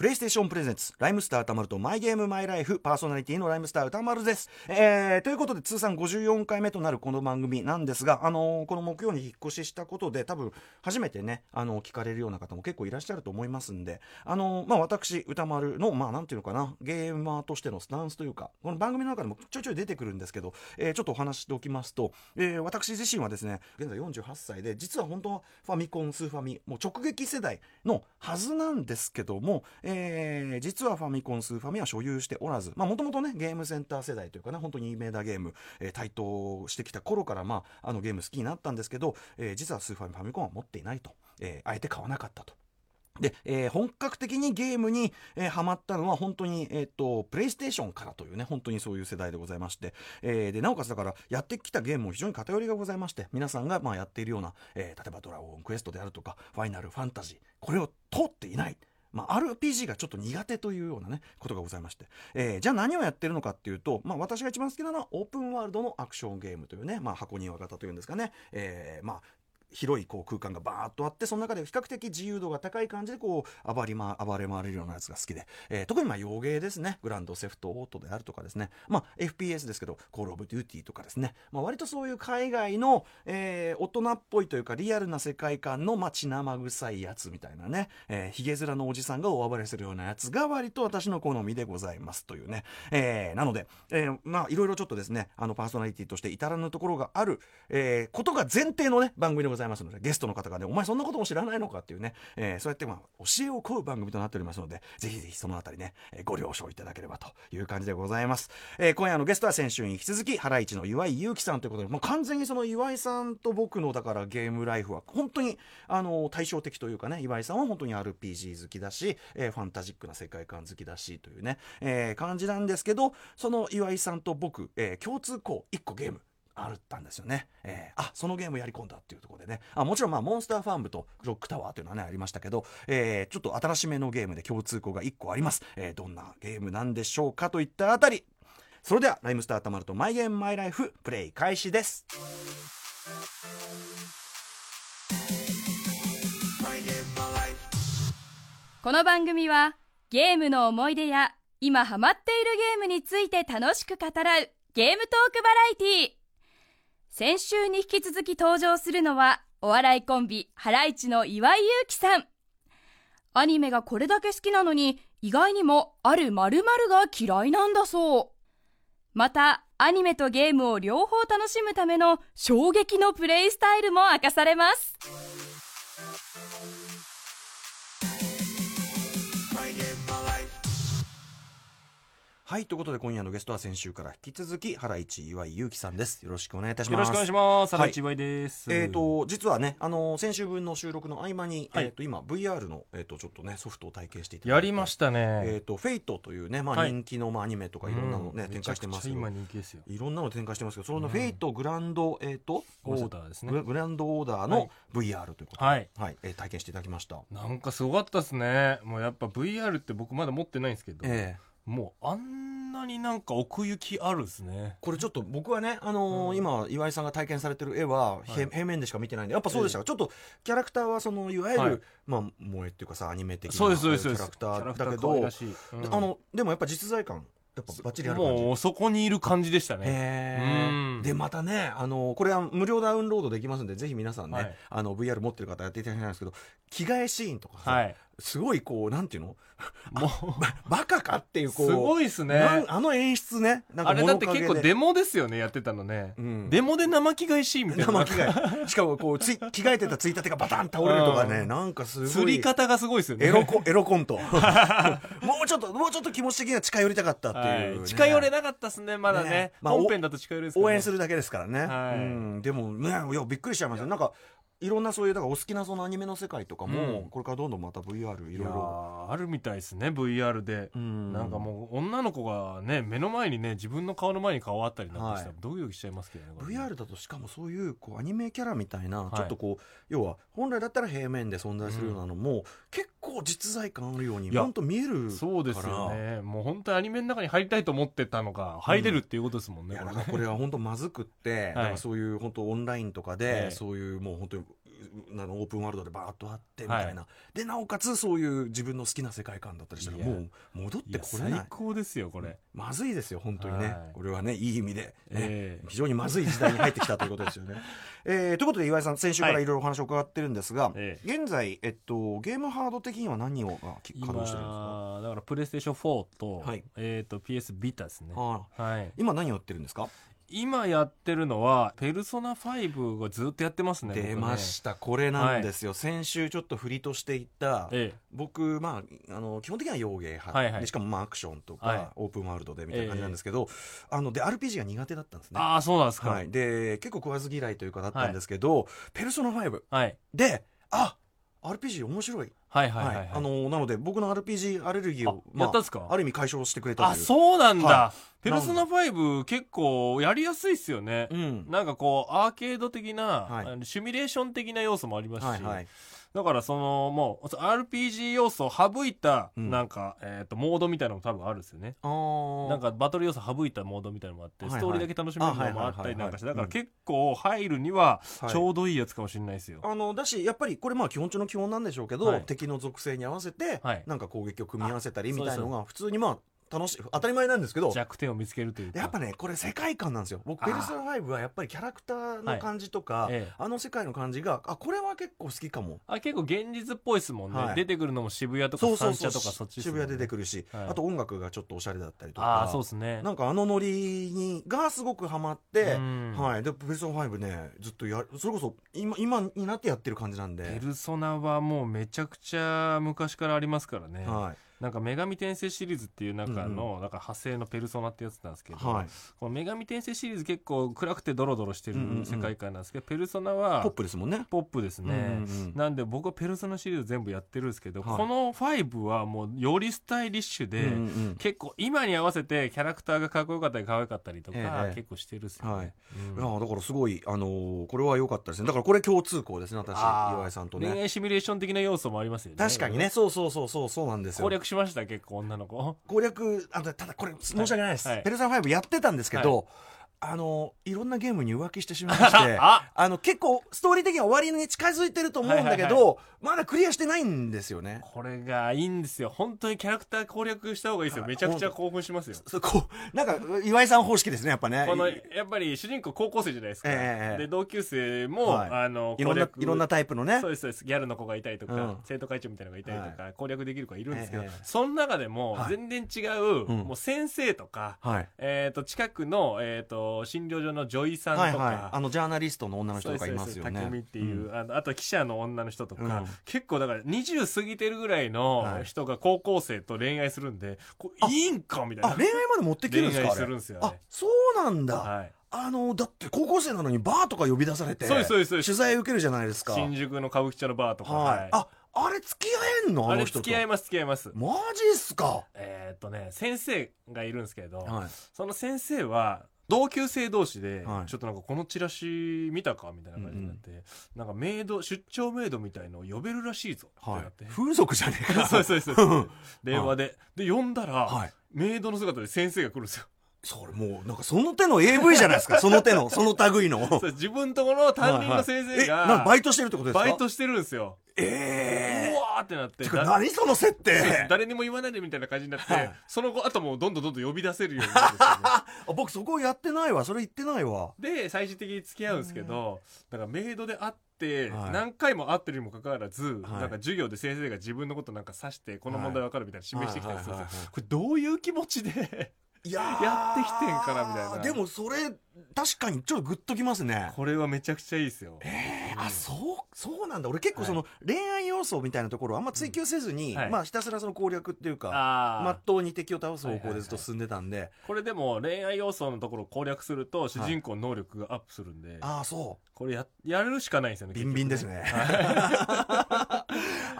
プレイステーションプレゼンツライムスター歌丸とマイゲームマイライフ、パーソナリティのライムスター歌丸です。ということで通算54回目となるこの番組なんですが、この木曜に引っ越ししたことで多分初めてね聞かれるような方も結構いらっしゃると思いますんで、私歌丸のなんていうのかな、ゲーマーとしてのスタンスというか、この番組の中でもちょいちょい出てくるんですけど、ちょっとお話しておきますと、私自身はですね現在48歳で、実は本当はファミコンスーファミもう直撃世代のはずなんですけども、実はファミコンスーファミは所有しておらず、もともとねゲームセンター世代というかね、本当に有名なゲーム、台頭してきた頃からゲーム好きになったんですけど、実はスーファミファミコンは持っていないと、あえて買わなかったと。で、本格的にゲームに、ハマったのは本当に、プレイステーションからというね、本当にそういう世代でございまして、でなおかつだからやってきたゲームも非常に偏りがございまして、皆さんがやっているような、例えばドラゴンクエストであるとかファイナルファンタジー、これを通っていない、RPG がちょっと苦手というようなねことがございまして、じゃあ何をやってるのかっていうと、私が一番好きなのはオープンワールドのアクションゲームというね、箱庭型というんですかね、広い空間がバーッとあって、その中で比較的自由度が高い感じで暴れ回れるようなやつが好きで、特に洋ゲーですね、グランドセフトオートであるとかですね、FPS ですけどコールオブデューティーとかですね、割とそういう海外の、大人っぽいというかリアルな世界観の血生臭いやつみたいなね、ヒゲ面のおじさんが大暴れするようなやつが割と私の好みでございますというね、なので、いろいろちょっとですねパーソナリティとして至らぬところがある、ことが前提のね番組でございますので、ゲストの方がね、お前そんなことも知らないのかっていうね、そうやって教えを請う番組となっておりますので、ぜひぜひそのあたりね、ご了承いただければという感じでございます。今夜のゲストは先週に引き続きハライチの岩井勇気さんということで、完全にその岩井さんと僕のだからゲームライフは本当に対照的というかね、岩井さんは本当に RPG 好きだし、ファンタジックな世界観好きだしというね、感じなんですけど、その岩井さんと僕、共通項1個ゲームあったんですよね。そのゲームやり込んだっていうところでね、もちろんモンスターファームとクロックタワーというのはねありましたけど、ちょっと新しめのゲームで共通項が1個あります。どんなゲームなんでしょうかといったあたり、それではライムスターたまるとマイゲームマイライフプレイ開始です。 この番組はゲームの思い出や今ハマっているゲームについて楽しく語らうゲームトークバラエティー。先週に引き続き登場するのはお笑いコンビハライチの岩井勇気さん。アニメがこれだけ好きなのに意外にもある〇〇が嫌いなんだそう。またアニメとゲームを両方楽しむための衝撃のプレイスタイルも明かされます。 はい、ということで今夜のゲストは先週から引き続きハライチ岩井勇気さんです。よろしくお願いいたします。 よろしくお願いします。ハライチ岩井です。 実はね先週分の収録の合間に、今 VR の、ちょっとねソフトを体験していただいて、 やりましたね。 フェイトというね、人気のアニメとかいろんなのね、展開してますけど、 今人気ですよ。 いろんなの展開してますけど、そのフェイトグランドオーダーですね。 グランドオーダーの VR ということで、体験していただきました。 なんかすごかったですね。もうやっぱ VR って僕まだ持ってないんですけど、もうあんなになんか奥行きあるですね。 これちょっと僕はね、今岩井さんが体験されてる絵は、平面でしか見てないんでやっぱそうでしたが、ちょっとキャラクターはそのいわゆる、萌えっていうかさアニメ的なキャラクターだけど、でもやっぱ実在感やっぱバッチリある感じ、 もうそこにいる感じでしたね。 でまたねこれは無料ダウンロードできますんで、ぜひ皆さんね、VR 持ってる方やっていただきたいんですけど、着替えシーンとかさ、すごいなんていうのもうバカかっていうすごいですね。 あの演出ね、なんかあれだって結構デモですよね、やってたのね。デモで生着替えシーンみたいな。 生着替えしかも着替えてたついたてがバタン倒れるとかね、なんかすごい釣り方がすごいですよね。 エロコントもうちょっと気持ち的には近寄りたかったっていう、 近寄れなかったですね、まだね。本編だと近寄れるですからね。 応援するだけですからね。でもね、いやびっくりしちゃいますよ。なんかいろんなそういうだからお好きなそのアニメの世界とかも、これからどんどんまた VR いろいろあるみたいですね。 VR でなんかもう女の子がね目の前にね自分の顔の前に顔あったりなんかしたらドキドキしちゃいますけどね、 VR だと。しかもそういうアニメキャラみたいな、ちょっと要は本来だったら平面で存在するようなのも、結構実在感あるように本当見えるから。 そうですよね。もう本当にアニメの中に入りたいと思ってたのが入れるっていうことですもんね。 これは本当まずくって、だからそういう本当オンラインとかで、そういうもう本当にオープンワールドでバーッとあってみたいな、でなおかつそういう自分の好きな世界観だったりしたらもう戻ってこれない。 最高ですよこれ。 まずいですよ本当にね、これはねいい意味で、ね非常にまずい時代に入ってきたということですよね。ということで岩井さん先週からいろいろお話を伺ってるんですが、現在、ゲームハード的には何を稼働してるんですか？ だからプレイステーション4と、PS ビータですね。 今何をやってるんですか？ 今やってるのはペルソナ5がずっとやってますね。 出ました、これなんですよ、先週ちょっと振りとしていった、僕、基本的には洋芸派、でしかもアクションとか、オープンワールドでみたいな感じなんですけど、で RPG が苦手だったんですね。 そうなんですか。 で結構食わず嫌いというかだったんですけど、ペルソナ5、でRPG 面白い。なので僕の RPG アレルギーをやったんですか？ ある意味解消してくれたという。 そうなんだ。ペルソナ5結構やりやすいっすよね。なんかこうアーケード的な、シミュレーション的な要素もありますし、だからもう RPG 要素を省いたなんか、モードみたいなのも多分あるんですよね。なんかバトル要素省いたモードみたいなのもあって、ストーリーだけ楽しめるのもあったりなんかして、だから結構入るにはちょうどいいやつかもしれないですよ。 だしやっぱりこれ基本中の基本なんでしょうけど、敵の属性に合わせてなんか攻撃を組み合わせたりみたいなのが普通に楽しい当たり前なんですけど、 弱点を見つけるというか、 やっぱねこれ世界観なんですよ。僕ペルソナ5はやっぱりキャラクターの感じとか、世界の感じがこれは結構好きかも。 結構現実っぽいですもんね。出てくるのも渋谷とか三茶とかそっち、 渋谷出てくるし、あと音楽がちょっとおしゃれだったりとか、そうですね。 なんかノリがすごくハマって、でペルソナ5ねずっとそれこそ今になってやってる感じなんで。 ペルソナはもうめちゃくちゃ昔からありますからね。なんか女神転生シリーズっていう中の、なんか派生のペルソナってやつなんですけど、この女神転生シリーズ結構暗くてドロドロしてる世界観なんですけど、ペルソナはポップですもんね。 ポップですね。なんで僕はペルソナシリーズ全部やってるんですけど、この5はもうよりスタイリッシュで、結構今に合わせてキャラクターがかっこよかったり可愛かったりとか、結構してるっすよね。 だからすごいこれは良かったですね。だからこれ共通項ですね、私岩井さんとね。 恋愛シミュレーション的な要素もありますよね。 確かにね、そうなんですよ。 攻略しました結構女の子。 攻略ただこれ申し訳ないです。ペルソナ5やってたんですけど、いろんなゲームに浮気してしまいまして結構ストーリー的には終わりに近づいてると思うんだけど、まだクリアしてないんですよね。 これがいいんですよ。本当にキャラクター攻略した方がいいですよ。めちゃくちゃ興奮しますよ。 なんか岩井さん方式ですねやっぱね。 やっぱり主人公高校生じゃないですか。で同級生もいろんなタイプのね。 そうですギャルの子がいたりとか、生徒会長みたいなのがいたりとか、攻略できる子がいるんですけど、その中でも全然違うもう先生とか近くの診療所の女医さんとか、 ジャーナリストの女の人とかいますよね。 タケミっていう、あと記者の女の人とか、結構だから20過ぎてるぐらいの人が高校生と恋愛するんで、いいんかみたいな。 恋愛まで持ってきてるんですか？ 恋愛するんですよね。 そうなんだ。だって高校生なのにバーとか呼び出されて取材受けるじゃないですか。 新宿の歌舞伎町のバーとか。 あれ付き合えんの？ あれ付き合います。 マジっすか？ 先生がいるんですけど、その先生は同級生同士で、ちょっとなんかこのチラシ見たかみたいな感じになって、なんか出張メイドみたいのを呼べるらしいぞってなって、 風俗じゃねえか。 そう電話で呼んだら、メイドの姿で先生が来るんですよ。 それもうなんかその手の AV じゃないですか。その類の自分とこの担任の先生がバイトしてるってことですか？ バイトしてるんですよ。うわーってなって、 何その設定。 誰にも言わないでみたいな感じになって、その後あともうどんどん呼び出せるようになるんですよね。 僕そこやってないわ。それ言ってないわ。 で最終的に付き合うんですけど、だからメイドで会って何回も会ってるにもかかわらず、なんか授業で先生が自分のことなんか指してこの問題わかるみたいな示してきたりするんですよ。これどういう気持ちでやってきてんかなみたいな。 でもそれ確かにちょっとグッときますね。 これはめちゃくちゃいいですよ。 そうなんだ。俺結構その恋愛要素みたいなところあんま追求せずに、ひたすらその攻略っていうかまっとうに敵を倒す方向でずっと進んでたんで、 これでも恋愛要素のところを攻略すると主人公の能力がアップするんで、これやるしかないんですよね。 ビンビンですね。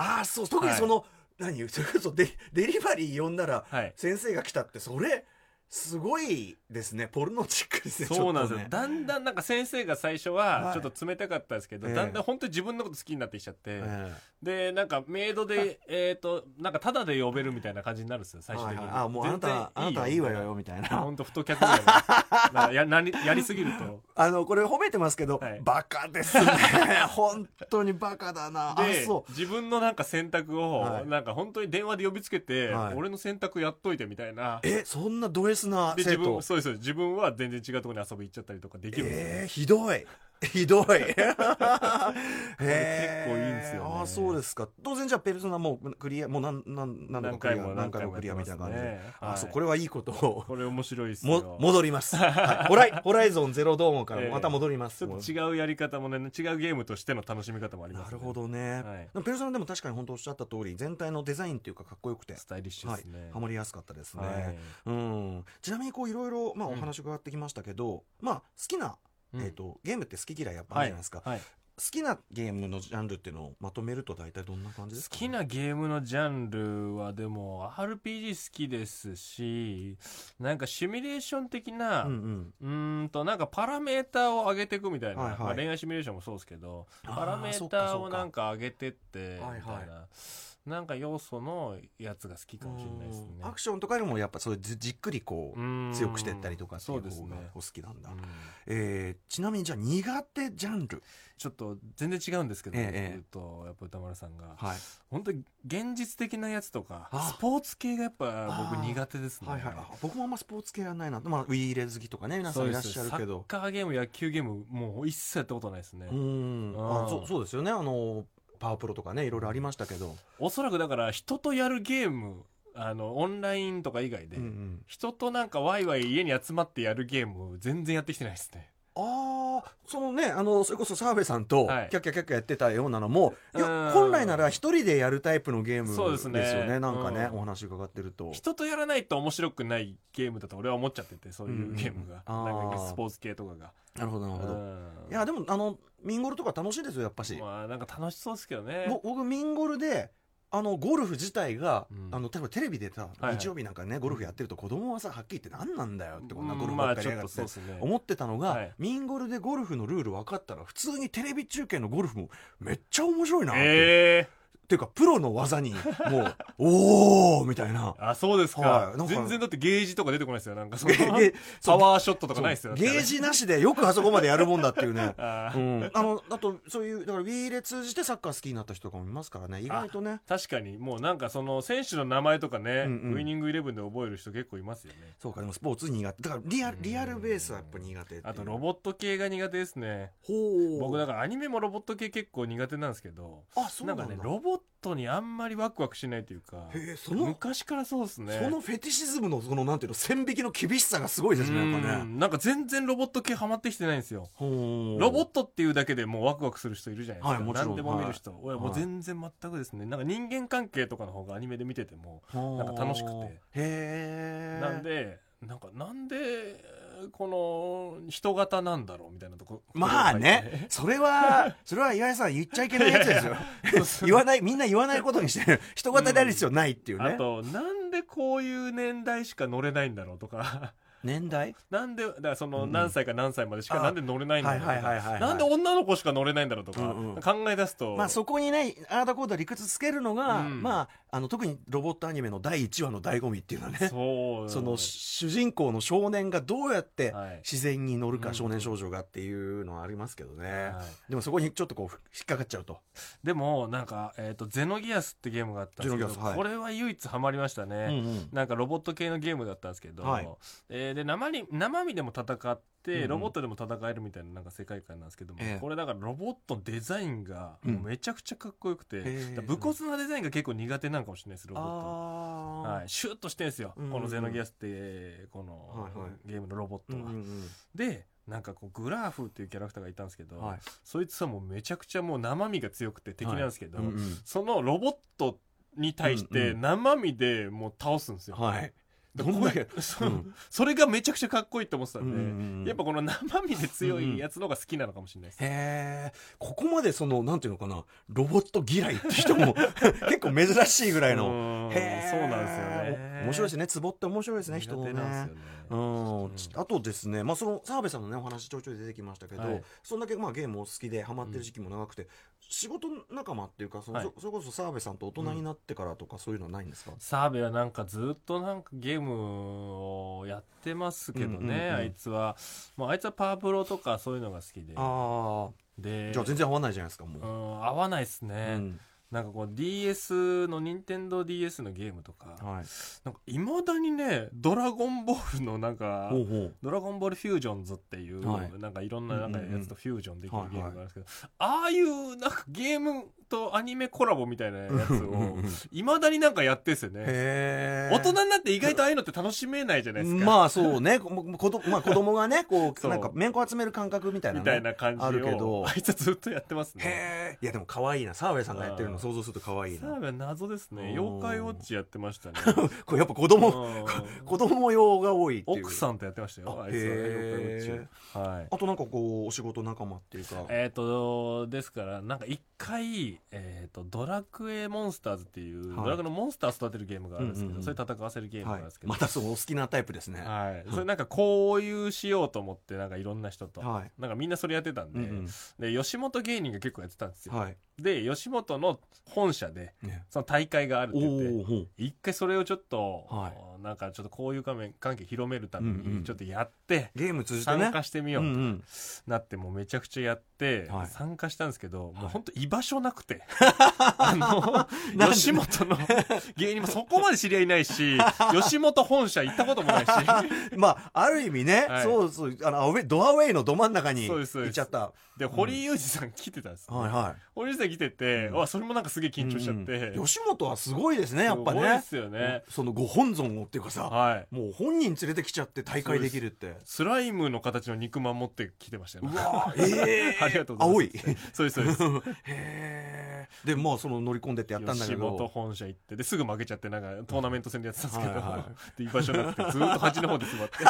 特にそのそれこそデリバリー呼んだら先生が来たってそれすごいですね。ポルノチックですね。 そうなんですよ、だんだんなんか先生が最初はちょっと冷たかったですけど、だんだん本当に自分のこと好きになってきちゃって、でなんかメイドでなんかタダで呼べるみたいな感じになるんですよ最終的に。 もうあなたいいわよみたいな。 本当太客ぐらいやりすぎるとこれ褒めてますけど、バカですね。本当にバカだな。 で自分のなんか選択をなんか本当に電話で呼びつけて、俺の選択やっといてみたいな。 そんなド S な生徒。 そうです。自分は全然違うところに遊び行っちゃったりとかできるんですよ。 ひどいひどい。結構いいんですよね。 そうですか。当然じゃあペルソナもクリアもう何回もクリアみたいな感じで、そうこれはいいことを。 これ面白いっすよ。 戻ります。ホライゾンゼロドーンからまた戻ります。 ちょっと違うやり方もね、違うゲームとしての楽しみ方もあります。 なるほどね。ペルソナでも確かに本当おっしゃった通り、全体のデザインっていうかかっこよくてスタイリッシュですね。 ハマりやすかったですね。ちなみにこういろいろお話伺ってきましたけど、好きなゲームって好き嫌いやっぱあるじゃないですか。好きなゲームのジャンルっていうのをまとめると大体どんな感じですか？ 好きなゲームのジャンルはでも RPG 好きですし、なんかシミュレーション的ななんかパラメーターを上げていくみたいな、恋愛シミュレーションもそうですけど、パラメーターをなんか上げてってみたいな。なんか要素のやつが好きかもしれないですね。 アクションとかよりもやっぱそういうじっくりこう強くしていったりとかっていう方がお好きなんだ。ちなみにじゃあ苦手ジャンルちょっと全然違うんですけど、やっぱ歌丸さんが本当に現実的なやつとかスポーツ系がやっぱ僕苦手ですね。 僕もあんまスポーツ系やらないな。ウィーレ好きとかね皆さんいらっしゃるけど、 サッカーゲーム野球ゲームもう一切やったことないですね。 そうですよね。パワープロとかねいろいろありましたけど、 おそらくだから人とやるゲームオンラインとか以外で、人となんかワイワイ家に集まってやるゲーム全然やってきてないですね。 そのねそれこそ澤部さんとキャッキャキャッキャやってたようなのも、本来なら一人でやるタイプのゲームですよね。なんかね、お話伺ってると人とやらないと面白くないゲームだと俺は思っちゃってて、そういうゲームがなんかスポーツ系とかが。 なるほどなるほど。いやでもミンゴルとか楽しいですよやっぱし。 なんか楽しそうですけどね。 僕ミンゴルでゴルフ自体が、例えばテレビでさ、日曜日なんかねゴルフやってると子供はさはっきり言って何なんだよってこんなゴルフばっかりやがって思ってたのが、ミンゴルでゴルフのルール分かったら普通にテレビ中継のゴルフもめっちゃ面白いなっていうかプロの技にもうおーみたいな。 そうですか。全然だってゲージとか出てこないですよ。なんかそのパワーショットとかないですよ。 ゲージなしでよくあそこまでやるもんだっていうね。あとそういうだから Wii で通じてサッカー好きになった人とかもいますからね、意外とね。 確かにもうなんかその選手の名前とかね、ウイニングイレブンで覚える人結構いますよね。 そうか、でもスポーツ苦手だからリアルベースはやっぱ苦手。 あとロボット系が苦手ですね。僕だからアニメもロボット系結構苦手なんですけど、なんかねロボットにあんまりワクワクしないというか、昔からそうですね。 そのフェティシズムのそのなんていうの線引きの厳しさがすごいですねやっぱね。 なんか全然ロボット系ハマってきてないんですよ。ロボットっていうだけでもうワクワクする人いるじゃないですか。もちろん何でも見る人。俺はもう全然全くですね。なんか人間関係とかの方がアニメで見ててもなんか楽しくて。なんでこの人型なんだろうみたいなとこ。 まあね、それは岩井さん言っちゃいけないやつですよ。みんな言わないことにしてる。人型である必要ないっていうね。 あとなんでこういう年代しか乗れないんだろうとか。 年代なんでだからその何歳か何歳までしかなんで乗れないんだろうとか、なんで女の子しか乗れないんだろうとか考え出すと、 そこにねあーだこーだ理屈つけるのが、特にロボットアニメの第1話の醍醐味っていうのはね、その主人公の少年がどうやって自然に乗るか、少年少女がっていうのはありますけどね。でもそこにちょっとこう引っかかっちゃうと。でもなんかゼノギアスってゲームがあったんですけど、これは唯一ハマりましたね。なんかロボット系のゲームだったんですけど、で生身でも戦ってロボットでも戦えるみたいななんか世界観なんですけども、これだからロボットのデザインがもうめちゃくちゃかっこよくて、武骨なデザインが結構苦手なんかもしれないです。ロボット、シュッとしてんですよ、このゼノギアスってこのゲームのロボットは。でなんかこうグラーフっていうキャラクターがいたんですけど、そいつはもうめちゃくちゃもう生身が強くて敵なんですけど、そのロボットに対して生身でもう倒すんですよ。 どんだけそれがめちゃくちゃかっこいいって思ってたんで、やっぱこの生身で強いやつの方が好きなのかもしれないです。 へえ。ここまでなんていうのかな、ロボット嫌いって人も結構珍しいぐらいの。 へえ。そうなんですよね。 面白いですね。ツボって面白いですね、人のね。あとですね、その澤部さんのねお話ちょいちょい出てきましたけど、そんだけゲームを好きでハマってる時期も長くて、仕事仲間っていうかそれこそ澤部さんと大人になってからとかそういうのはないんですか？ 澤部はなんかずっとなんかゲームをやってますけどね、あいつはあいつはパワープロとかそういうのが好きで。 じゃあ全然合わないじゃないですか。もう合わないですね。なんかこう DS の任天堂 DS のゲームとか、なんか未だにね、ドラゴンボールのなんかドラゴンボールフュージョンズっていう、なんかいろんななんかやつとフュージョンできるゲームがあるんですけど、ああいうなんかゲームとアニメコラボみたいなやつを未だになんかやってんすよね。大人になって意外とああいうのって楽しめないじゃないですか。 そうね、子供がねこうなんか面子集める感覚みたいな感じをあるけど、 あいつはずっとやってますね。 いやでも可愛いな、澤部さんがやってるの想像すると可愛いな。 澤部は謎ですね。妖怪ウォッチやってましたね。 これやっぱ子供用が多いっていう。 奥さんとやってましたよ、あいつは妖怪ウォッチ。 あとなんかこうお仕事仲間っていうか、 ですからなんか一回ドラクエモンスターズっていう、ドラクエのモンスター育てるゲームがあるんですけど、それ戦わせるゲームがあるんですけど、 またお好きなタイプですね。 それなんか交流しようと思ってなんかいろんな人と、なんかみんなそれやってたんで、吉本芸人が結構やってたんですよ。で吉本の本社でその大会があるって言って一回それをちょっとなんかちょっと交友関係広めるためにちょっとやってゲーム通じてね参加してみようとなって、もうめちゃくちゃやって参加したんですけど、もう本当居場所なくて吉本の芸人もそこまで知り合いないし、吉本本社行ったこともないしある意味ね、そうドアウェイのど真ん中に行っちゃった。 で堀井雄二さん来てたんです。堀井雄二さん来てて、それもなんかすげえ緊張しちゃって、 吉本はすごいですね、やっぱね。 すごいですよね。 そのご本尊をっていうかさ、もう本人連れてきちゃって大会できるって。 スライムの形の肉まん持ってきてましたよね。 うわありがとうございます。 青い。 そうですそうです。 でその乗り込んでってやったんだけど、 吉本本社行ってですぐ負けちゃって、なんかトーナメント戦でやってたんですけど、で居場所なくてずっと端の方で座って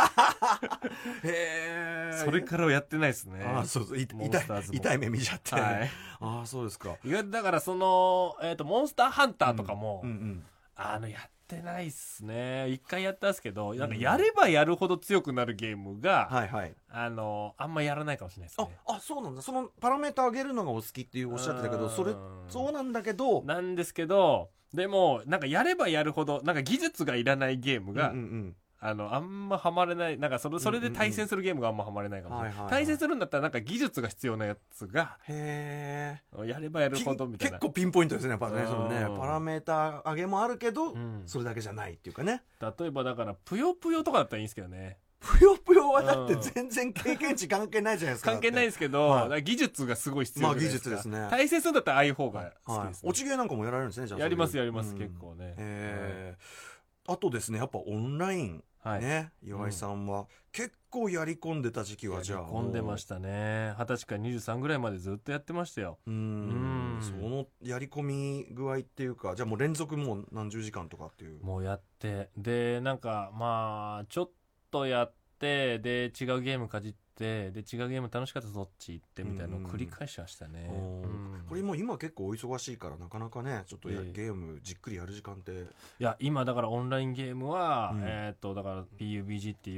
それからはやってないですね。 痛い目見ちゃって。そうですか。 だからそのモンスターハンターとかもやってないっすね。一回やったんですけど、なんかやればやるほど強くなるゲームがあんまやらないかもしれないですね。 そうなんだ。そのパラメータ上げるのがお好きっておっしゃってたけど、そうなんだけどでもなんかやればやるほどなんか技術がいらないゲームがあんまハマれない。なんかそれで対戦するゲームがあんまハマれないかもしれない。対戦するんだったらなんか技術が必要なやつがやればやるほどみたいな。 結構ピンポイントですね、やっぱね。パラメータ上げもあるけど、それだけじゃないっていうかね。 例えばだからぷよぷよとかだったらいいんですけどね。 ぷよぷよはだって全然経験値関係ないじゃないですか。 関係ないですけど、技術がすごい必要じゃないですか。 技術ですね。 対戦するんだったらああいう方が好きですね。 落ちゲーなんかもやられるんですね、じゃあ。 やります結構ね。 あとですね、やっぱオンラインね、岩井さんは結構やり込んでた時期はじゃあやり込んでましたね。20歳から23ぐらいまでずっとやってましたよ。 そのやり込み具合っていうか、じゃあもう連続もう何十時間とかっていう。 もうやってでなんかちょっとやってで違うゲームかじってで違うゲーム楽しかったらそっち行ってみたいなのを繰り返しましたね。 これもう今結構お忙しいからなかなかねちょっとゲームじっくりやる時間って。いや今だからオンラインゲームは、だから PUBG っていう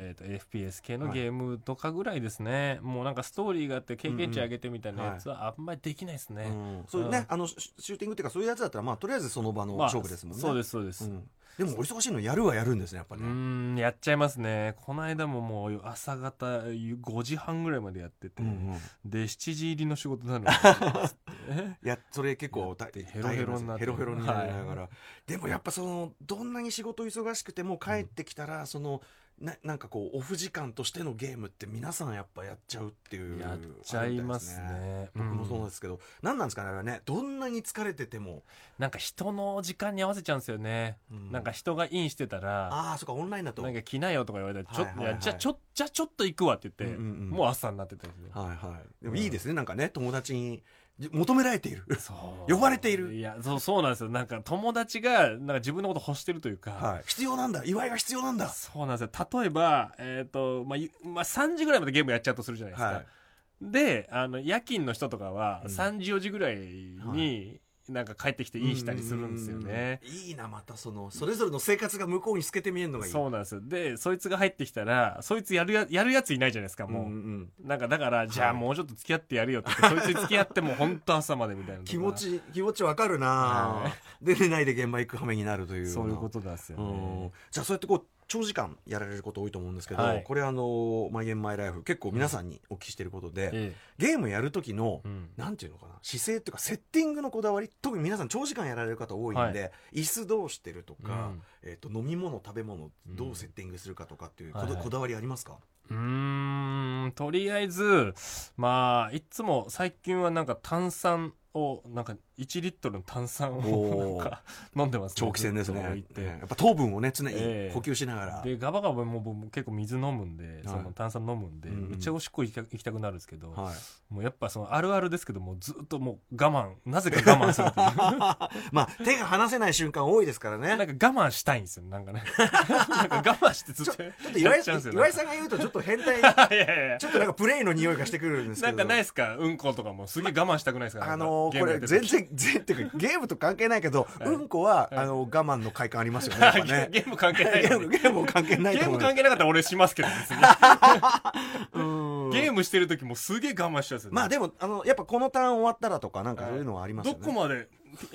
、FPS 系のゲームとかぐらいですね。もうなんかストーリーがあって経験値上げてみたいなやつはあんまりできないですね。 そういうねシューティングっていうかそういうやつだったらとりあえずその場の勝負ですもんね。 そうです、 でもお忙しいのやるはやるんですね、やっぱね。 やっちゃいますね。この間ももう朝方5時半ぐらいまでやってて、で7時入りの仕事なのそれ結構ヘロヘロになってヘロヘロになりながら、でもやっぱどんなに仕事忙しくても帰ってきたらなんかこうオフ時間としてのゲームって皆さんやっぱやっちゃうっていう。 やっちゃいますね。 僕もそうなんですけど、何なんですかね、あれはね。どんなに疲れててもなんか人の時間に合わせちゃうんですよね。なんか人がインしてたらそうかオンラインだとなんか来なよとか言われたらじゃあちょっと行くわって言って、もう朝になってたんですよ。 でもいいですね、なんかね友達に求められている呼ばれている。 いやそうなんですよ。なんか友達がなんか自分のこと欲してるというか、 はい、必要なんだ、祝いが必要なんだ。 そうなんですよ。例えば3時ぐらいまでゲームやっちゃうとするじゃないですか、はい、で夜勤の人とかは3時4時ぐらいになんか帰ってきていいしたりするんですよね。 いいな、またそれぞれの生活が向こうに透けて見えるのがいい。 そうなんですよ。でそいつが入ってきたらそいつやるやついないじゃないですか、もう、なんかだから、じゃあもうちょっと付き合ってやるよって言って、そいつに付き合っても本当朝までみたいな気持ちわかるな、出れないで現場行く羽目になるという。 そういうことですよね。 じゃあそうやって長時間やられること多いと思うんですけど、はい、これマイゲームマイライフ結構皆さんにお聞きしていることで、ゲームやる時の、なんていうのかな、姿勢っていうかセッティングのこだわり、特に皆さん長時間やられる方多いんで、はい、椅子どうしてるとか、飲み物食べ物どうセッティングするかとかっていうこだわりありますか？ とりあえずいつも最近はなんか炭酸をなんか1リットルの炭酸を飲んでますね。 長期戦ですね。やっぱ糖分をね常に補給しながら、 でガバガバもう結構水飲むんで、その炭酸飲むんで、めっちゃおしっこ行きたくなるんですけど、もうやっぱそのあるあるですけども、ずっともうなぜか我慢するという手が離せない瞬間多いですからね。 なんか我慢したいんですよ、なんかねなんか我慢してずっと岩井さんが言うとちょっと変態ちょっとなんかプレイの匂いがしてくるんですけど、 なんかないですか、うんことかもすげえ我慢したくないですか？ これ全然っていうかゲームと関係ないけど、うんこは我慢の快感ありますよね。 ゲーム関係ない。 ゲーム関係ない。 ゲーム関係なかったら俺しますけど別にゲームしてる時もすげえ我慢しちゃうんですよね。 まあでもやっぱこのターン終わったらとかなんかそういうのはありますよね。 どこまで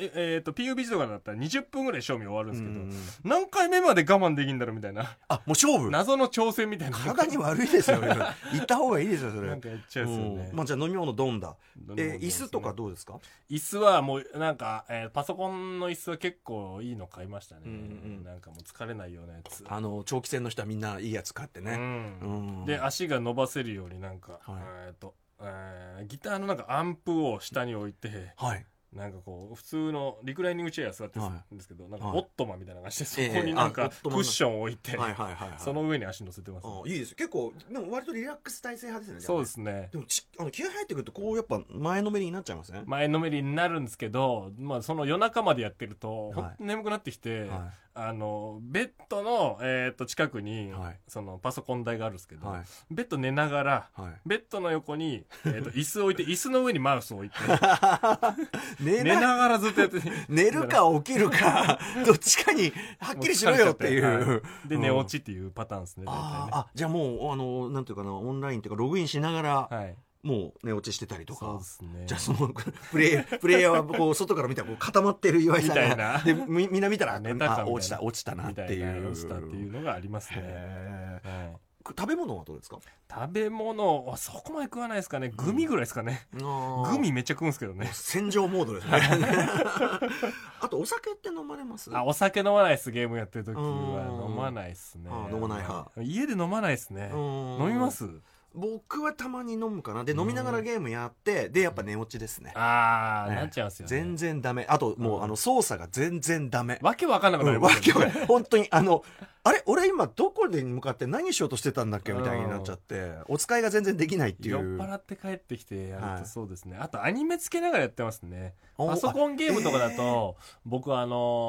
PUBG とかだったら20分ぐらい賞味終わるんですけど、何回目まで我慢できんだろうみたいな、 もう勝負謎の挑戦みたいな。 体に悪いですよね行った方がいいですよそれ。 なんかやっちゃうんですよね。 じゃあ飲み物ドンだ。椅子とかどうですか？ 椅子はもうなんかパソコンの椅子は結構いいの買いましたね。なんかもう疲れないようなやつ。 長期戦の人はみんないいやつ買ってね。 で足が伸ばせるようになんかギターのなんかアンプを下に置いて、なんかこう普通のリクライニングチェア座ってるんですけど、なんかオットマンみたいな感じでそこになんかクッションを置いて、その上に足乗せてます。 いいです。結構でも割とリラックス体勢派ですね。 そうですね。 でも気合入ってくるとこうやっぱ前のめりになっちゃいますね。 前のめりになるんですけど、その夜中までやってると本当に眠くなってきて、ベッドの近くにそのパソコン台があるんですけど、ベッド寝ながらベッドの横に椅子を置いて、椅子の上にマウスを置いて寝ながらずっとやって寝るか起きるかどっちかにはっきりしろよっていう、 で寝落ちっていうパターンですね。 じゃあもうなんていうかな、オンラインっていうかログインしながらもう寝落ちしてたりとか。 そうですね。 じゃあそのプレイヤーはこう外から見たらこう固まってる岩井さんがでみんな見たら落ちたなっていう落ちたっていうのがありますね。 食べ物はどうですか？ 食べ物はそこまで食わないですかね。グミぐらいですかね。グミめっちゃ食うんですけどね。 戦場モードですねあとお酒って飲まれます？ お酒飲まないです。ゲームやってる時は飲まないですね。 飲まない派。 家で飲まないですね。飲みます？ 僕はたまに飲むかな。で飲みながらゲームやってでやっぱ寝落ちですね。 なっちゃうんですよね。 全然ダメ。あともう操作が全然ダメ。 わけわかんなくなりますよね。本当にあれ俺今どこで向かって何しようとしてたんだっけみたいになっちゃってお使いが全然できないっていう。 酔っ払って帰ってきてやるとそうですね。あとアニメつけながらやってますね。パソコンゲームとかだと僕は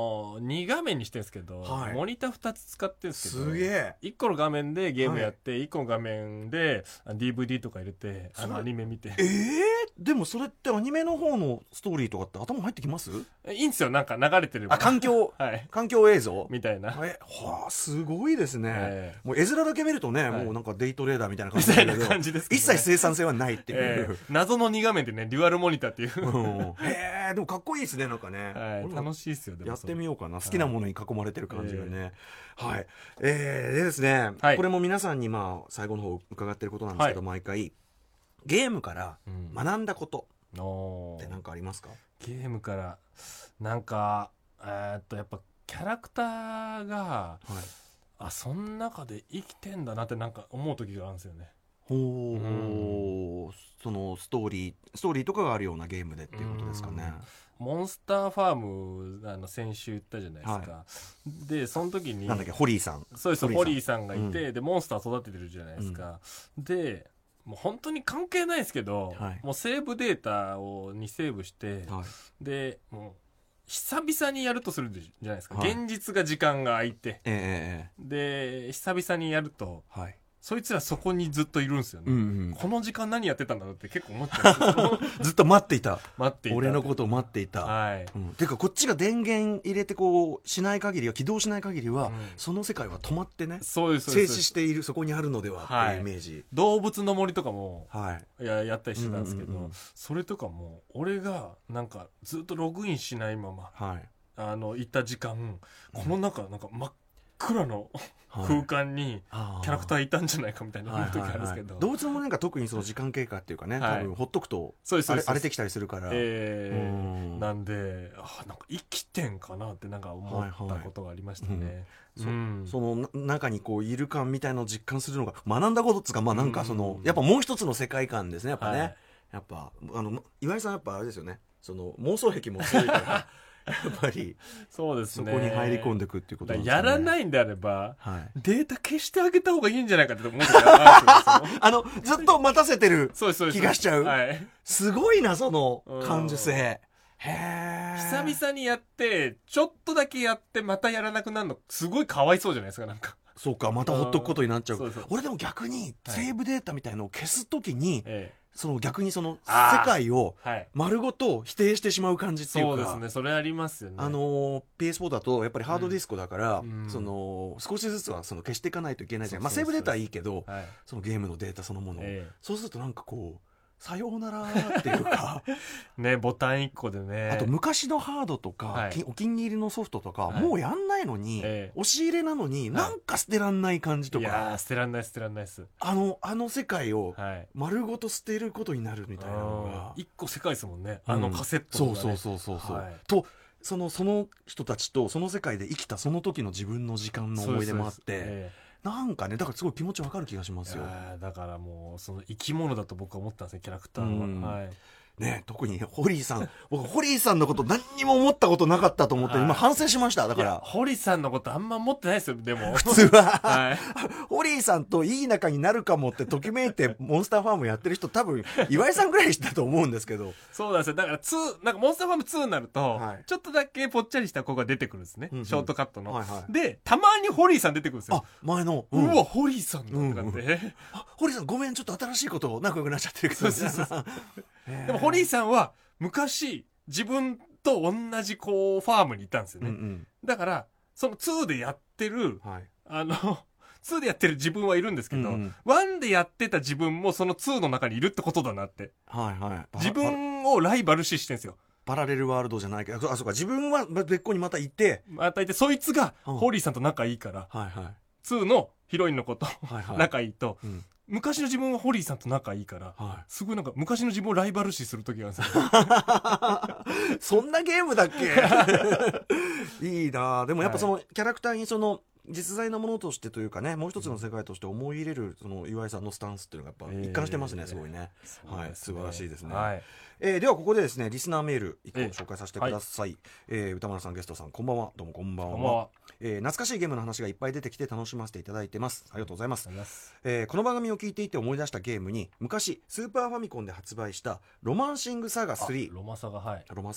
2画面にしてるんですけど、モニター2つ使ってるんですけど、 すげえ 1個の画面でゲームやって、1個の画面で DVD とか入れてアニメ見て。 でもそれってアニメの方のストーリーとかって頭入ってきます？ いいんですよ。なんか流れてる環境映像みたいな。 すごいですね。もう絵面だけ見るとね、もうなんかデイトレーダーみたいな感じですけど、一切生産性はないっていう、 謎の2画面でね、デュアルモニターっていうでもかっこいいですね。なんかね、 楽しいですよ。 やってみようかな。好きなものに囲まれてる感じがね。でですね、これも皆さんに最後の方伺ってることなんですけど、毎回ゲームから学んだことって何かありますか？ ゲームからなんかやっぱキャラクターが、その中で生きてんだなってなんか思う時があるんですよね。 そのストーリーとかがあるようなゲームでっていうことですかね。 モンスターファーム先週言ったじゃないですか、でその時になんだっけ、ホリーさん。 そうです、ホリーさんがいて、でモンスター育ててるじゃないですか、でもう本当に関係ないですけど、 はい、 もうセーブデータにセーブして、はい、でもう久々にやるとするじゃないですか、はい、現実が時間が空いて、で久々にやると、はい、そいつらそこにずっといるんですよね、うんうん、この時間何やってたんだろうって結構思っちゃうずっと待っていた俺のことを待っていた、 はい、 てかこっちが電源入れてこうしない限りは起動しない限りは、その世界は止まってね、 そうです静止している、そこにあるのではっていうイメージ、 動物の森とかも、やったりしてたんですけど、それとかも俺がなんかずっとログインしないまま、行った時間、この中なんか真っ暗の空間にキャラクターいたんじゃないかみたいな思う時あるんですけど、 動物の森なんか特にその時間経過っていうかね、多分ほっとくと荒れてきたりするから、 なんでなんか生きてんかなってなんか思ったことがありましたね。 その中にこういる感みたいなのを実感するのが学んだことっつうか、まあなんかそのやっぱもう一つの世界観ですね、やっぱね、やっぱ岩井さんやっぱあれですよね、その妄想癖も強いからやっぱりそうですね、 そこに入り込んでいくっていうことなんですね。 やらないんであれば、データ消してあげた方がいいんじゃないかって思ってずっと待たせてる気がしちゃう。すごいな、その感受性。 久々にやってちょっとだけやってまたやらなくなるのすごいかわいそうじゃないですか。なんかそうか、またほっとくことになっちゃう。俺でも逆にセーブデータみたいのを消すときに、その逆にその世界を丸ごと否定してしまう感じっていうか、 そうですね、それありますよね。 PS4 だとやっぱりハードディスクだから、その少しずつはその消していかないといけないじゃん。まあセーブデータはいいけど、そのゲームのデータそのものを、そうするとなんかこうさようならっていうかね、ボタン1個でね。 あと昔のハードとか、お気に入りのソフトとか、もうやんないのに、押し入れなのに、なんか捨てらんない感じとか、 いや捨てらんないです。 あの世界を丸ごと捨てることになるみたいなのが、 1個世界ですもんね、カセットとかね。 そう、とその人たちとその世界で生きたその時の自分の時間の思い出もあって、なんかね、だからすごい気持ちわかる気がしますよ。 だからもうその生き物だと僕は思ったんですね、キャラクターは。 ね、特にホリーさん、僕ホリーさんのこと何にも思ったことなかったと思って、今反省しました。だからホリーさんのことあんま思ってないですよ。でも普通は、ホリーさんといい仲になるかもってときめいてモンスターファームやってる人、多分岩井さんぐらいだと思うんですけど。 そうなんですよ。だからなんかモンスターファーム2になると、ちょっとだけぽっちゃりした子が出てくるんですね、ショートカットの、でたまにホリーさん出てくるんですよ。 前の、 うわホリーさんだってなって、 ホリーさんごめん、ちょっと新しいこと仲良くなっちゃってるけど。 でもホリーさんは昔自分と同じこうファームにいたんですよね、だからその2でやってる、2でやってる自分はいるんですけど、1でやってた自分もその2の中にいるってことだなって、自分をライバル視してるんですよ。 パラレルワールドじゃないけど、そうか、自分は別個にまたいてそいつがホリーさんと仲いいから、2のヒロインの子と仲いいと、昔の自分はホリーさんと仲いいから、すごいなんか昔の自分をライバル視する時があるんですよ。 そんなゲームだっけいいな。でもやっぱそのキャラクターにその実在のものとしてというかね、もう一つの世界として思い入れるその岩井さんのスタンスっていうのがやっぱ一貫してますね、すごいね。素晴らしいですね。ではここでですね、リスナーメール1個紹介させてください。歌丸さん、ゲストさん、こんばんは。どうもこんばんは。懐かしいゲームの話がいっぱい出てきて楽しませていただいてます。ありがとうございます。この番組を聞いていて思い出したゲームに、昔スーパーファミコンで発売したロマンシングサガ3、 ロマサガ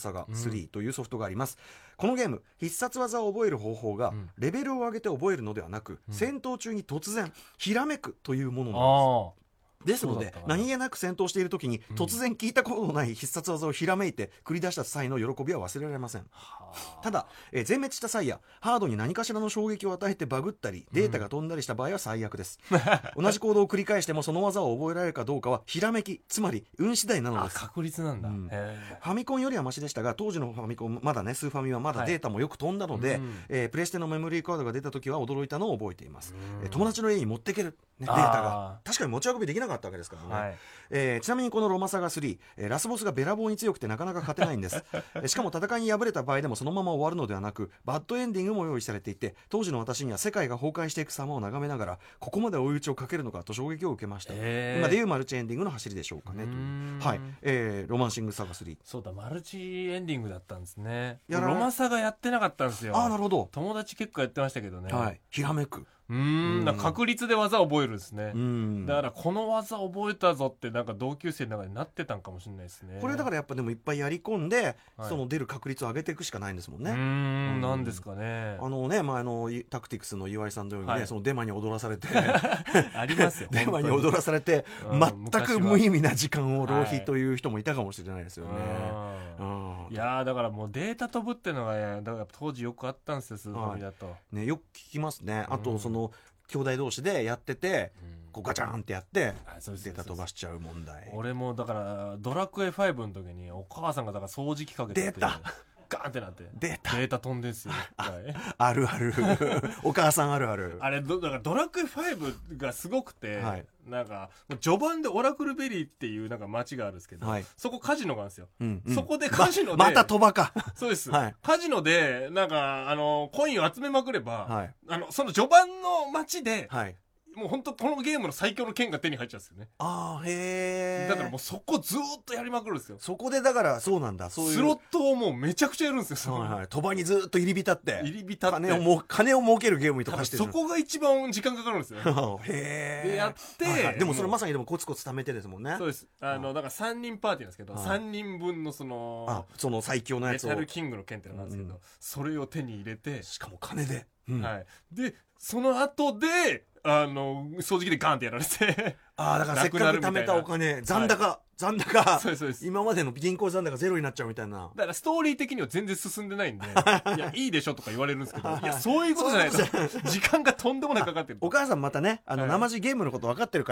3というソフトがあります。このゲーム、必殺技を覚える方法がレベルを上げて覚えるのではなく、戦闘中に突然ひらめくというものなんです。ですので、何気なく戦闘している時に突然聞いたことのない必殺技をひらめいて繰り出した際の喜びは忘れられません。ただ、全滅した際やハードに何かしらの衝撃を与えてバグったりデータが飛んだりした場合は最悪です。同じ行動を繰り返してもその技を覚えられるかどうかはひらめき、つまり運次第なのです。 確率なんだ。ファミコンよりはマシでしたが、当時のファミコン、まだね、スーファミはまだデータもよく飛んだので、プレステのメモリーカードが出た時は驚いたのを覚えています。友達の家に持っていける、データが確かに持ち運びできなかったわけですからね。ちなみにこのロマサガ3、ラスボスがべらぼうに強くてなかなか勝てないんです。しかも戦いに敗れた場合でもそのまま終わるのではなく、バッドエンディングも用意されていて、当時の私には世界が崩壊していく様を眺めながら、ここまで追い打ちをかけるのかと衝撃を受けました。今でいうマルチエンディングの走りでしょうかね。ロマンシングサガ3、 そうだ、マルチエンディングだったんですね。ロマサガやってなかったんですよ。 なるほど。 友達結構やってましたけどね。 ひらめく、 なんか確率で技を覚えるんですね。だからこの技覚えたぞってなんか同級生の中になってたんかもしれないですね。 これだからやっぱでもいっぱいやり込んで、その出る確率を上げていくしかないんですもんね。 なんですかね。 タクティクスの岩井さんのようにね、そのデマに踊らされてありますよ。 デマに踊らされて全く無意味な時間を浪費という人もいたかもしれないですよね。 いやだからもうデータ飛ぶっていうのがだから当時よくあったんですよ、スーファミだと。 ね、よく聞きますね。あとその兄弟同士でやってて、こうガチャンってやってデータ飛ばしちゃう問題。 俺もだからドラクエ5の時にお母さんがだから掃除機かけてデータガーンってなってデータ飛んでんすよ。 あるあるお母さんあるある。 あれだからドラクエ5がすごくて、なんか序盤でオラクルベリーっていうなんか町があるんですけど、そこカジノがあるんですよ。そこでカジノでまた賭場か。 そうです。カジノでなんかコインを集めまくれば、その序盤の町でもう本当このゲームの最強の剣が手に入っちゃうんですよね。 へえ。 だからもうそこずーっとやりまくるんですよ。 そこでだからそうなんだ。そういうスロットをもうめちゃくちゃやるんですよ。 賭場にずっと入り浸って金を儲けるゲームにとかしてる。 そこが一番時間かかるんですよ。 へえ。 でやって、 でもそれまさにでもコツコツ貯めてですもんね。 そうです。だから3人パーティーなんですけど、3人分のその最強のやつをメタルキングの剣ってのなんですけど、それを手に入れて、 しかも金で。 でその後で掃除機でガンってやられてだからせっかく貯めたお金残高そうです今までの銀行残高ゼロになっちゃうみたいな。 だからストーリー的には全然進んでないんでいやいいでしょとか言われるんですけど、いやそういうことじゃないと時間がとんでもないかかってる。 お母さんまたね生地ゲームのこと分かってるから、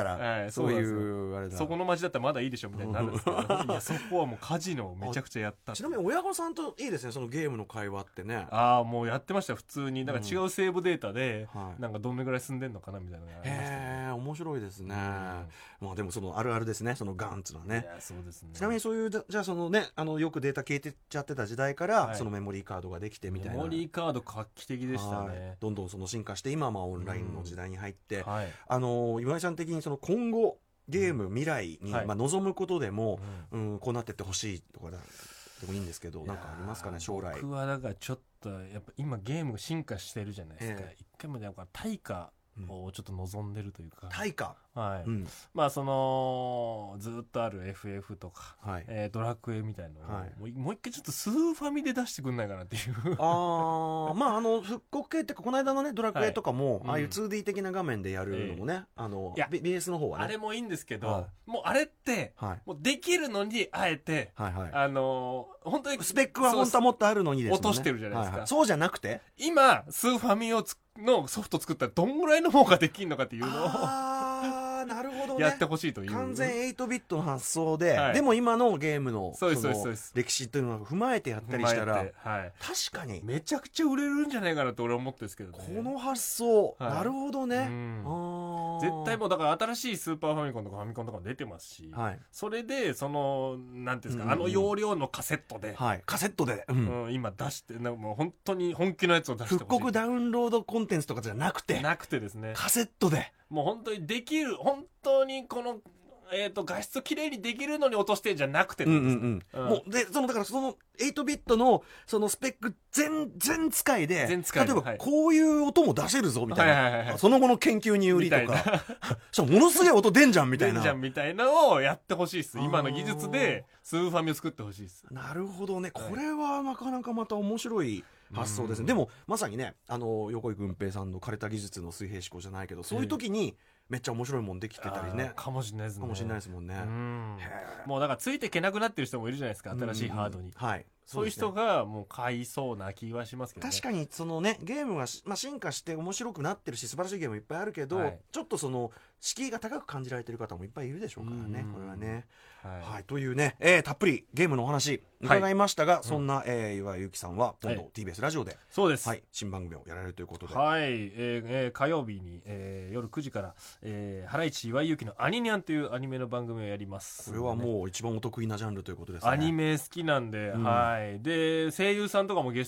そういうあれだ、 そこの町だったらまだいいでしょみたいになるんですけどいやそこはもうカジノをめちゃくちゃやった。 ちなみに親御さんといいですね、そのゲームの会話ってね。 もうやってました普通に。なんか違うセーブデータでなんかどんなぐらい進んでんのかなみたいなのがありましたね。 面白いですね。まあでもそのあるあるですね、そのガンツのね。 いやそうですね。 ちなみにそういうじゃあそのねよくデータ消えてっちゃってた時代から、そのメモリーカードができてみたいな。 メモリーカード画期的でしたね。 どんどんその進化して今はオンラインの時代に入って、岩井さん的にその今後ゲーム未来に望むことでも、こうなってってほしいとかでもいいんですけど、なんかありますかね将来。 僕はだからちょっとやっぱ今ゲームが進化してるじゃないですか。一回まで対価をちょっと望んでるというか。 対価。 まあそのずっとある FF とか、ドラクエみたいなのを、もう一回ちょっとスーファミで出してくんないかなっていう。 まあ復刻系ってこの間のねドラクエとかも、ああいう 2D 的な画面でやるのもね、BS の方はねあれもいいんですけど、もうあれって、もうできるのにあえて、本当にスペックは本当はもっとあるのにですね、 落としてるじゃないですか。 そうじゃなくて今スーファミのソフト作ったらどんぐらいの方ができるのかっていうのをなるほどね、 やってほしいという。 完全8ビットの発想で、でも今のゲームの歴史というのを踏まえてやったりしたら、確かにめちゃくちゃ売れるんじゃないかなと俺は思ってるんですけどね。 この発想、なるほどね。 絶対もうだから新しいスーパーファミコンとかファミコンとかも出てますし、それでそのなんていうんですか、容量のカセットで、今出してもう本当に本気のやつを出してほしい。 復刻ダウンロードコンテンツとかじゃなくてですね、 カセットでもう本当にできる、本当にこの画質をきれいにできるのに落としてんじゃなくて、もうでだからその8ビットのそのスペック全使いで、例えばこういう音も出せるぞみたいな、その後の研究によりとかものすげえ音出んじゃんみたいなのをやってほしいです。今の技術でスーファミを作ってほしいです。 なるほどね、これはなかなかまた面白い発想ですね。でもまさにね横井軍平さんの枯れた技術の水平思考じゃないけど、そういう時にめっちゃ面白いもんできてたりね、 かもしれないですね。 かもしれないですもんね。 もうだからついていけなくなってる人もいるじゃないですか、新しいハードに。そういう人がもう買いそうな気はしますけどね。 確かにそのねゲームが進化して面白くなってるし素晴らしいゲームいっぱいあるけど、ちょっとその敷居が高く感じられてる方もいっぱいいるでしょうからね、これはね。というね、たっぷりゲームのお話伺いましたが、そんな岩井ゆきさんは今度 TBS ラジオで、 そうです、 新番組をやられるということで、 火曜日に夜9時からハライチ岩井ゆきのアニニャンというアニメの番組をやります。 これはもう一番お得意なジャンルということですね。 アニメ好きなんで、で声優さんとかもゲストに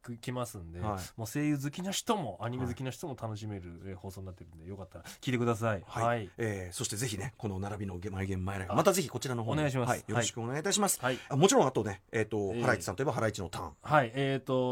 きますんで、もう声優好きな人もアニメ好きな人も楽しめる、放送になってるんで、よかったら聞いてください。はい、 そしてぜひね、この並びのマイゲームマイライフ、またぜひこちらの方お願いします。 よろしくお願いいたします。もちろんあとね、ハライチさんといえばハライチのターン。 はい、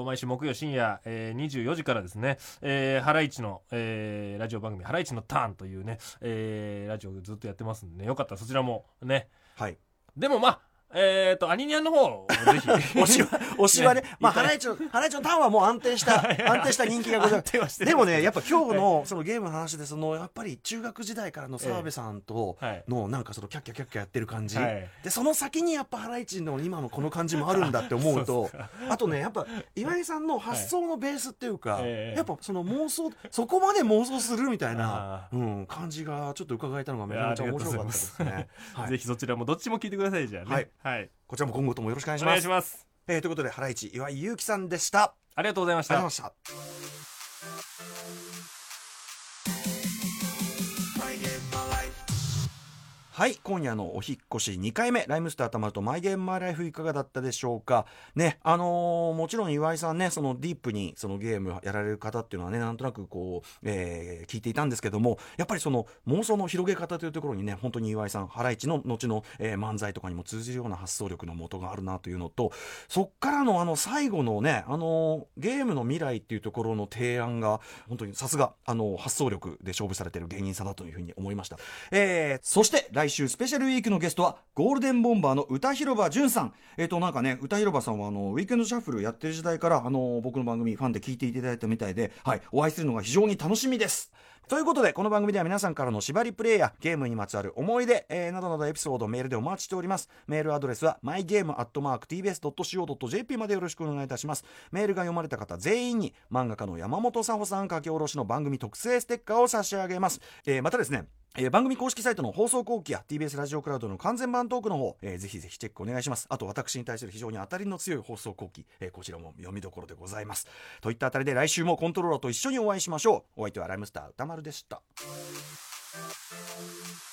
毎週木曜深夜、24時からですね、ハライチの、ラジオ番組ハライチのターンというね、ラジオずっとやってますんで、ね、よかったらそちらもね。でもまあアニニャンの方をぜひ推しはね、まあハライチのターンはもう安定した人気がございます。でもね、やっぱ今日のそのゲームの話で、そのやっぱり中学時代からの澤部さんとのなんかそのキャッキャキャッキャやってる感じ、でその先にやっぱハライチの今のこの感じもあるんだって思うと、あとね、やっぱ岩井さんの発想のベースっていうか、やっぱその妄想、そこまで妄想するみたいな感じがちょっと伺えたのがめちゃめちゃ面白かったですね。 ぜひそちらもどっちも聞いてください。じゃあね、 こちらも今後ともよろしくお願いします。お願いします。ということで、ハライチ岩井勇気さんでした。 ありがとうございました。 はい、今夜のお引越し2回目、ライムスターたまるとマイゲームマイライフいかがだったでしょうかね。もちろん岩井さんね、そのディープにそのゲームやられる方っていうのはね、なんとなくこう、聞いていたんですけども、やっぱりその妄想の広げ方というところにね、本当に岩井さん、ハライチの後の、漫才とかにも通じるような発想力の元があるなというのと、そっからの最後のね、ゲームの未来っていうところの提案が本当にさすが発想力で勝負されている芸人さんだというふうに思いました。そして来週スペシャルウィークのゲストはゴールデンボンバーの歌広場淳さん。なんかね、歌広場さんはウィークエンドシャッフルやってる時代から僕の番組ファンで聞いていただいたみたいで、お会いするのが非常に楽しみです。ということで、この番組では皆さんからの縛りプレイやゲームにまつわる思い出、などなどエピソードをメールでお待ちしております。メールアドレスは mygame@tbs.co.jp までよろしくお願いいたします。メールが読まれた方全員に漫画家の山本佐穂さん書き下ろしの番組特製ステッカーを差し上げます。またですね、番組公式サイトの放送後期や TBS ラジオクラウドの完全版トークの方、ぜひぜひチェックお願いします。あと私に対する非常に当たりの強い放送後期、こちらも読みどころでございます。といったあたりで来週もコントローラーと一緒にお会いしましょう。お相手はライムスター歌丸でした。